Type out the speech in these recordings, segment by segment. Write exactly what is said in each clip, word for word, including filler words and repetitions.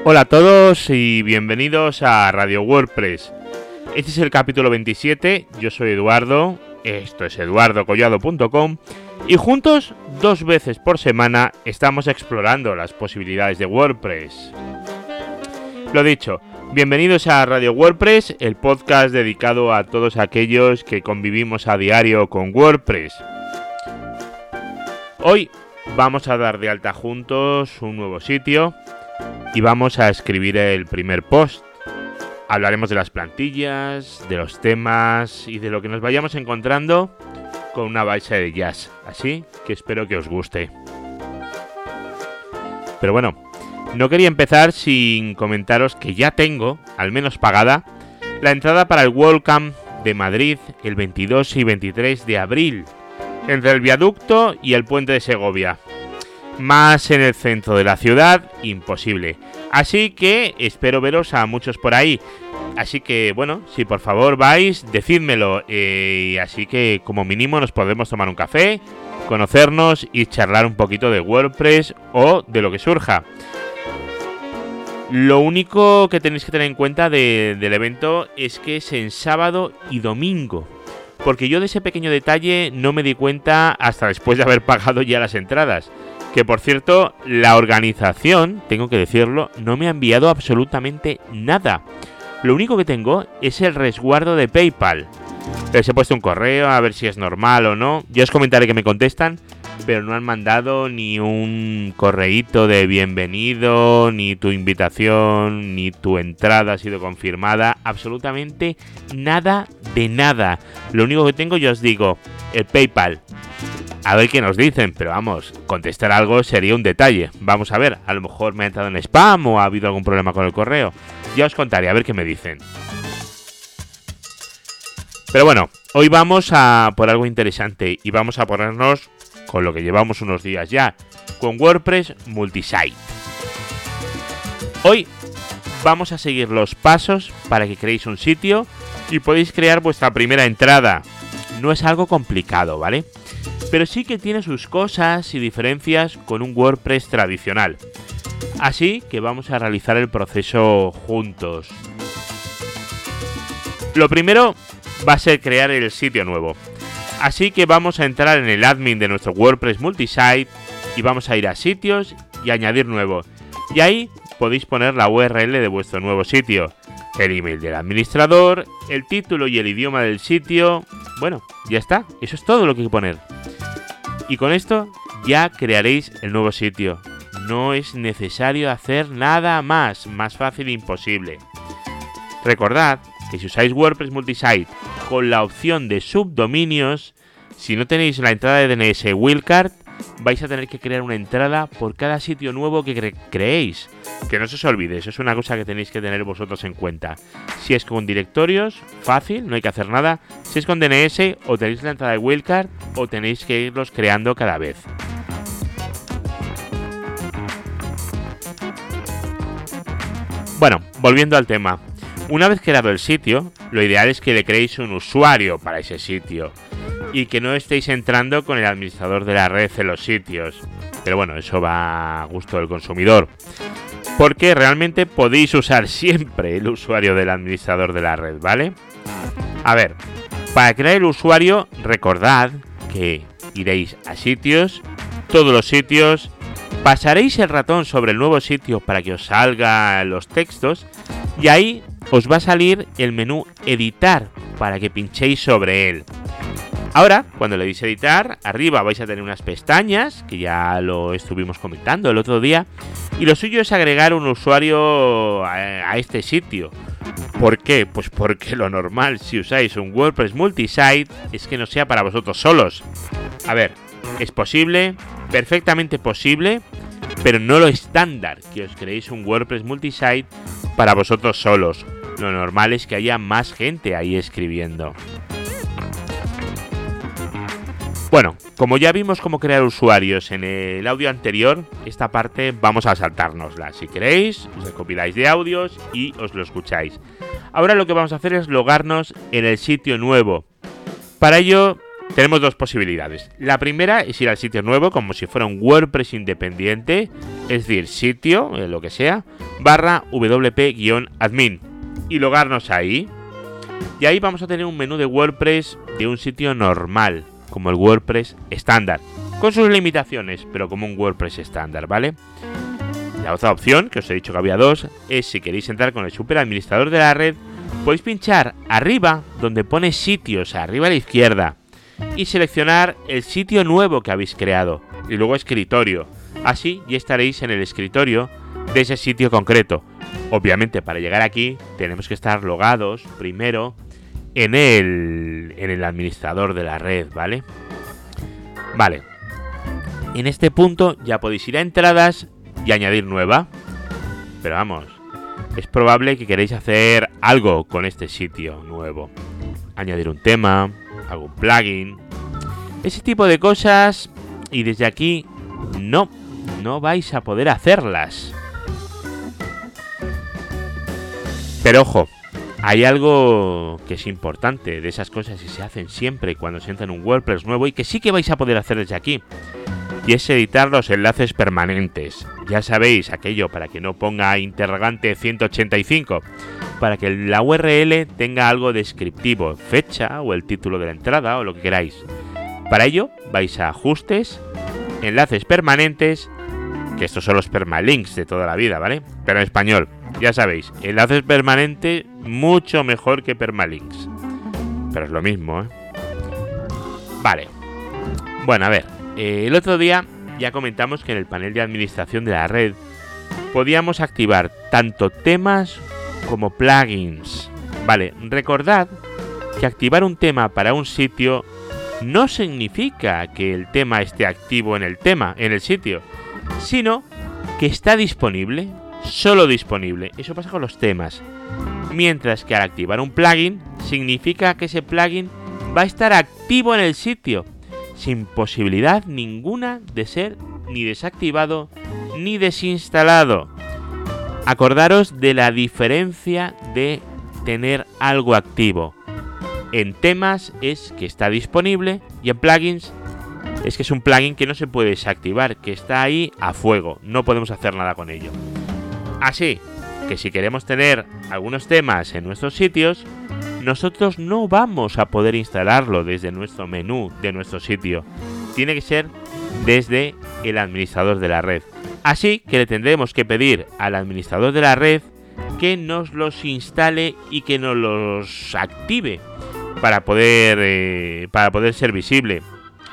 Hola a todos y bienvenidos a Radio WordPress. Este es el capítulo veintisiete, yo soy Eduardo, esto es eduardo collado punto com y juntos, dos veces por semana, estamos explorando las posibilidades de WordPress. Lo dicho, bienvenidos a Radio WordPress, el podcast dedicado a todos aquellos que convivimos a diario con WordPress. Hoy vamos a dar de alta juntos un nuevo sitio y vamos a escribir el primer post. Hablaremos de las plantillas, de los temas y de lo que nos vayamos encontrando con una base de jazz, así que espero que os guste. Pero bueno, no quería empezar sin comentaros que ya tengo, al menos pagada, la entrada para el WordCamp de Madrid el veintidós y veintitrés de abril, entre el viaducto y el puente de Segovia. Más en el centro de la ciudad, imposible. Así que espero veros a muchos por ahí. Así que, bueno, si por favor vais, decídmelo. Eh, así que como mínimo nos podemos tomar un café, conocernos y charlar un poquito de WordPress o de lo que surja. Lo único que tenéis que tener en cuenta de, del evento es que es en sábado y domingo. Porque yo de ese pequeño detalle no me di cuenta hasta después de haber pagado ya las entradas. Que por cierto, la organización, tengo que decirlo, no me ha enviado absolutamente nada. Lo único que tengo es el resguardo de PayPal. Les he puesto un correo a ver si es normal o no. Ya os comentaré que me contestan, pero no han mandado ni un correíto de bienvenido, ni tu invitación, ni tu entrada ha sido confirmada. Absolutamente nada de nada. Lo único que tengo, ya os digo, el PayPal. A ver qué nos dicen, pero vamos, contestar algo sería un detalle. Vamos a ver, a lo mejor me ha entrado en spam o ha habido algún problema con el correo. Ya os contaré, a ver qué me dicen. Pero bueno, hoy vamos a por algo interesante y vamos a ponernos con lo que llevamos unos días ya, con WordPress Multisite. Hoy vamos a seguir los pasos para que creéis un sitio y podéis crear vuestra primera entrada. No es algo complicado, ¿vale? Pero sí que tiene sus cosas y diferencias con un WordPress tradicional. Así que vamos a realizar el proceso juntos. Lo primero va a ser crear el sitio nuevo. Así que vamos a entrar en el admin de nuestro WordPress Multisite y vamos a ir a sitios y añadir nuevo. Y ahí podéis poner la U R L de vuestro nuevo sitio, el email del administrador, el título y el idioma del sitio. Bueno, ya está, eso es todo lo que hay que poner. Y con esto ya crearéis el nuevo sitio. No es necesario hacer nada más, más fácil e imposible. Recordad que si usáis WordPress Multisite con la opción de subdominios, si no tenéis la entrada de D N S Wildcard, vais a tener que crear una entrada por cada sitio nuevo que cre- creéis. Que no se os olvide, eso es una cosa que tenéis que tener vosotros en cuenta. Si es con directorios, fácil, no hay que hacer nada. Si es con D N S, o tenéis la entrada de Wildcard o tenéis que irlos creando cada vez. Bueno, volviendo al tema. Una vez creado el sitio, lo ideal es que le creéis un usuario para ese sitio y que no estéis entrando con el administrador de la red en los sitios. Pero bueno, eso va a gusto del consumidor. Porque realmente podéis usar siempre el usuario del administrador de la red, ¿vale? A ver, para crear el usuario, recordad que iréis a sitios, todos los sitios, pasaréis el ratón sobre el nuevo sitio para que os salgan los textos y ahí os va a salir el menú editar para que pinchéis sobre él. Ahora, cuando le deis editar, arriba vais a tener unas pestañas, que ya lo estuvimos comentando el otro día, y lo suyo es agregar un usuario a, a este sitio. ¿Por qué? Pues porque lo normal si usáis un WordPress Multisite es que no sea para vosotros solos. A ver, es posible, perfectamente posible, pero no lo estándar que os creéis un WordPress Multisite para vosotros solos. Lo normal es que haya más gente ahí escribiendo. Bueno, como ya vimos cómo crear usuarios en el audio anterior, esta parte vamos a saltárnosla. Si queréis, os recopiláis de audios y os lo escucháis. Ahora lo que vamos a hacer es logarnos en el sitio nuevo. Para ello tenemos dos posibilidades. La primera es ir al sitio nuevo como si fuera un WordPress independiente, es decir, sitio, lo que sea, barra wp-admin y logarnos ahí. Y ahí vamos a tener un menú de WordPress de un sitio normal, como el WordPress estándar, con sus limitaciones, pero como un WordPress estándar, ¿vale? La otra opción, que os he dicho que había dos, es si queréis entrar con el superadministrador de la red, podéis pinchar arriba donde pone sitios, arriba a la izquierda, y seleccionar el sitio nuevo que habéis creado, y luego escritorio. Así ya estaréis en el escritorio de ese sitio concreto. Obviamente para llegar aquí tenemos que estar logados primero en el, en el administrador de la red, ¿vale? Vale. En este punto ya podéis ir a entradas y añadir nueva. Pero vamos, es probable que queréis hacer algo con este sitio nuevo. Añadir un tema, algún plugin, ese tipo de cosas. Y desde aquí no, no vais a poder hacerlas. Pero ojo, hay algo que es importante de esas cosas que se hacen siempre cuando se entra en un WordPress nuevo y que sí que vais a poder hacer desde aquí. Y es editar los enlaces permanentes. Ya sabéis, aquello para que no ponga interrogante ciento ochenta y cinco, para que la U R L tenga algo descriptivo, fecha o el título de la entrada o lo que queráis. Para ello vais a ajustes, enlaces permanentes, que estos son los permalinks de toda la vida, ¿vale? Pero en español, ya sabéis, enlaces permanentes mucho mejor que permalinks. Pero es lo mismo, ¿eh? Vale. Bueno, a ver. Eh, el otro día ya comentamos que en el panel de administración de la red podíamos activar tanto temas como plugins. Vale, recordad que activar un tema para un sitio no significa que el tema esté activo en el tema, en el sitio, sino que está disponible, solo disponible. Eso pasa con los temas. Mientras que al activar un plugin significa que ese plugin va a estar activo en el sitio, sin posibilidad ninguna de ser ni desactivado ni desinstalado. Acordaros de la diferencia de tener algo activo. En temas es que está disponible y en plugins es que es un plugin que no se puede desactivar, que está ahí a fuego, no podemos hacer nada con ello. Así que si queremos tener algunos temas en nuestros sitios, nosotros no vamos a poder instalarlo desde nuestro menú de nuestro sitio. Tiene que ser desde el administrador de la red. Así que le tendremos que pedir al administrador de la red que nos los instale y que nos los active para poder, eh, para poder ser visible.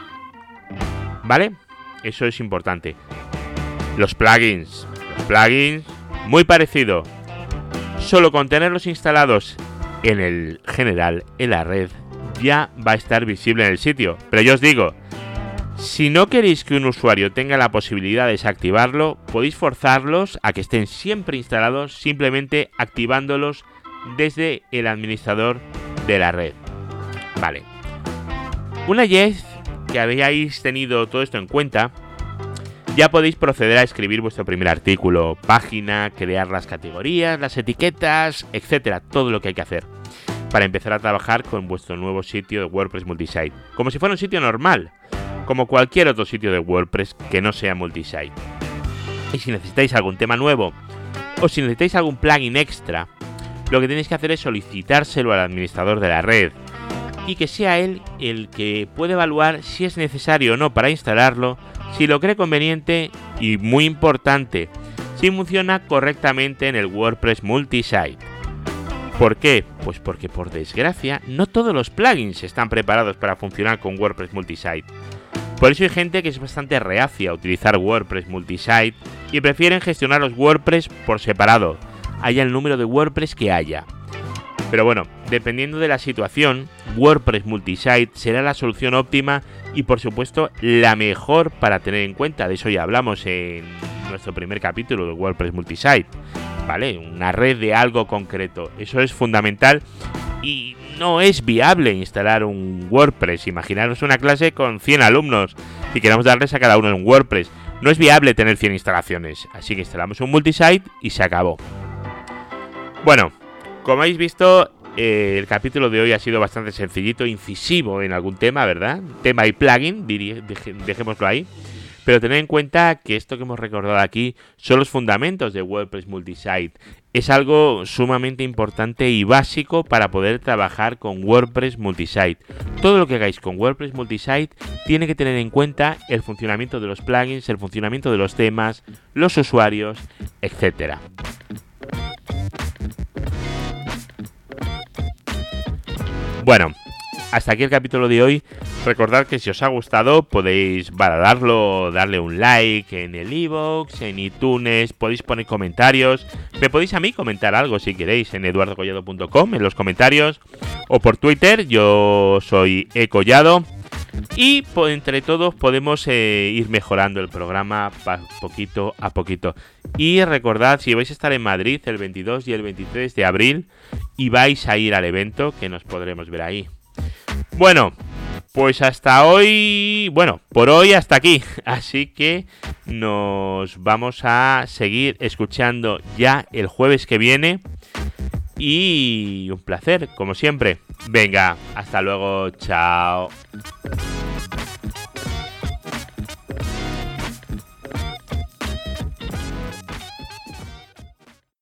¿Vale? Eso es importante. Los plugins. Los plugins, muy parecido. Solo con tenerlos instalados en el general, en la red, ya va a estar visible en el sitio. Pero yo os digo, si no queréis que un usuario tenga la posibilidad de desactivarlo, podéis forzarlos a que estén siempre instalados simplemente activándolos desde el administrador de la red. Vale. Una vez que habéis tenido todo esto en cuenta, ya podéis proceder a escribir vuestro primer artículo, página, crear las categorías, las etiquetas, etcétera, todo lo que hay que hacer para empezar a trabajar con vuestro nuevo sitio de WordPress multisite, como si fuera un sitio normal, como cualquier otro sitio de WordPress que no sea multisite. Y si necesitáis algún tema nuevo o si necesitáis algún plugin extra, lo que tenéis que hacer es solicitárselo al administrador de la red y que sea él el que puede evaluar si es necesario o no para instalarlo, si lo cree conveniente y, muy importante, si funciona correctamente en el WordPress multisite. ¿Por qué? Pues porque, por desgracia, no todos los plugins están preparados para funcionar con WordPress multisite. Por eso hay gente que es bastante reacia a utilizar WordPress multisite y prefieren gestionar los WordPress por separado, haya el número de WordPress que haya. Pero bueno, dependiendo de la situación, WordPress multisite será la solución óptima y, por supuesto, la mejor para tener en cuenta. De eso ya hablamos en nuestro primer capítulo de WordPress multisite, ¿vale? Una red de algo concreto. Eso es fundamental y no es viable instalar un WordPress. Imaginaros una clase con cien alumnos y queremos darles a cada uno un WordPress. No es viable tener cien instalaciones, así que instalamos un multisite y se acabó. Bueno, como habéis visto, eh, el capítulo de hoy ha sido bastante sencillito, incisivo en algún tema, ¿verdad? Tema y plugin, diría, deje, dejémoslo ahí. Pero tened en cuenta que esto que hemos recordado aquí son los fundamentos de WordPress Multisite. Es algo sumamente importante y básico para poder trabajar con WordPress Multisite. Todo lo que hagáis con WordPress Multisite tiene que tener en cuenta el funcionamiento de los plugins, el funcionamiento de los temas, los usuarios, etcétera. Bueno, hasta aquí el capítulo de hoy. Recordad que si os ha gustado podéis valorarlo, darle un like en el iVoox, en iTunes, podéis poner comentarios. Me podéis a mí comentar algo si queréis en eduardo collado punto com en los comentarios o por Twitter. Yo soy ecollado y por, entre todos podemos eh, ir mejorando el programa pa- poquito a poquito. Y recordad, si vais a estar en Madrid el veintidós y el veintitrés de abril y vais a ir al evento, que nos podremos ver ahí. Bueno, pues hasta hoy, bueno, por hoy hasta aquí. Así que nos vamos a seguir escuchando ya el jueves que viene. Y un placer, como siempre. Venga, hasta luego, chao.